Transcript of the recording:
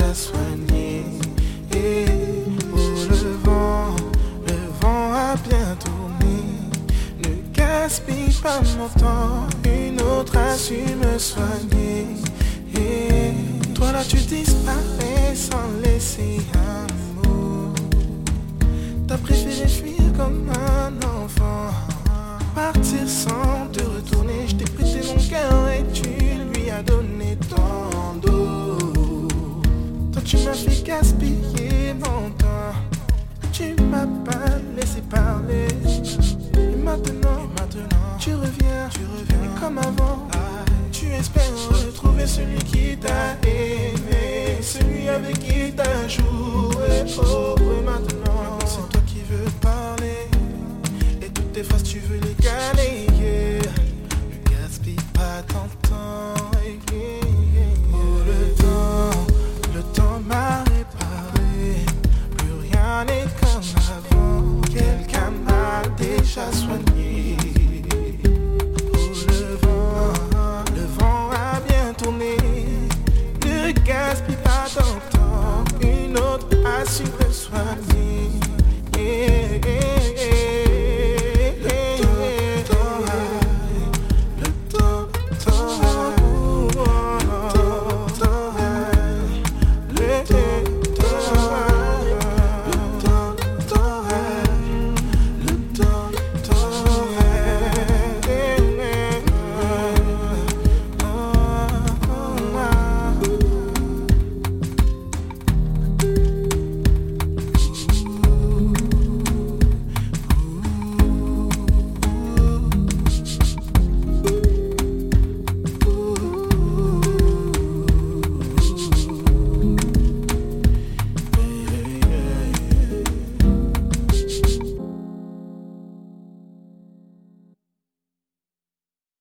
t'a soigné. Et oh, le vent a bien tourné. Ne gaspille pas mon temps, une autre a su me soigner. Et toi là tu disparais sans laisser un mot. T'as préféré fuir comme un enfant, partir sans te retourner. Je t'ai prêté mon cœur et tu lui as donné ton dos. Toi tu m'as fait gaspiller mon temps, tu m'as pas laissé parler. Et maintenant tu reviens et comme avant, tu espères retrouver celui qui t'a aimé, celui avec qui t'as joué. Oh, et maintenant c'est toi qui veux parler, et toutes tes phrases tu veux les caler.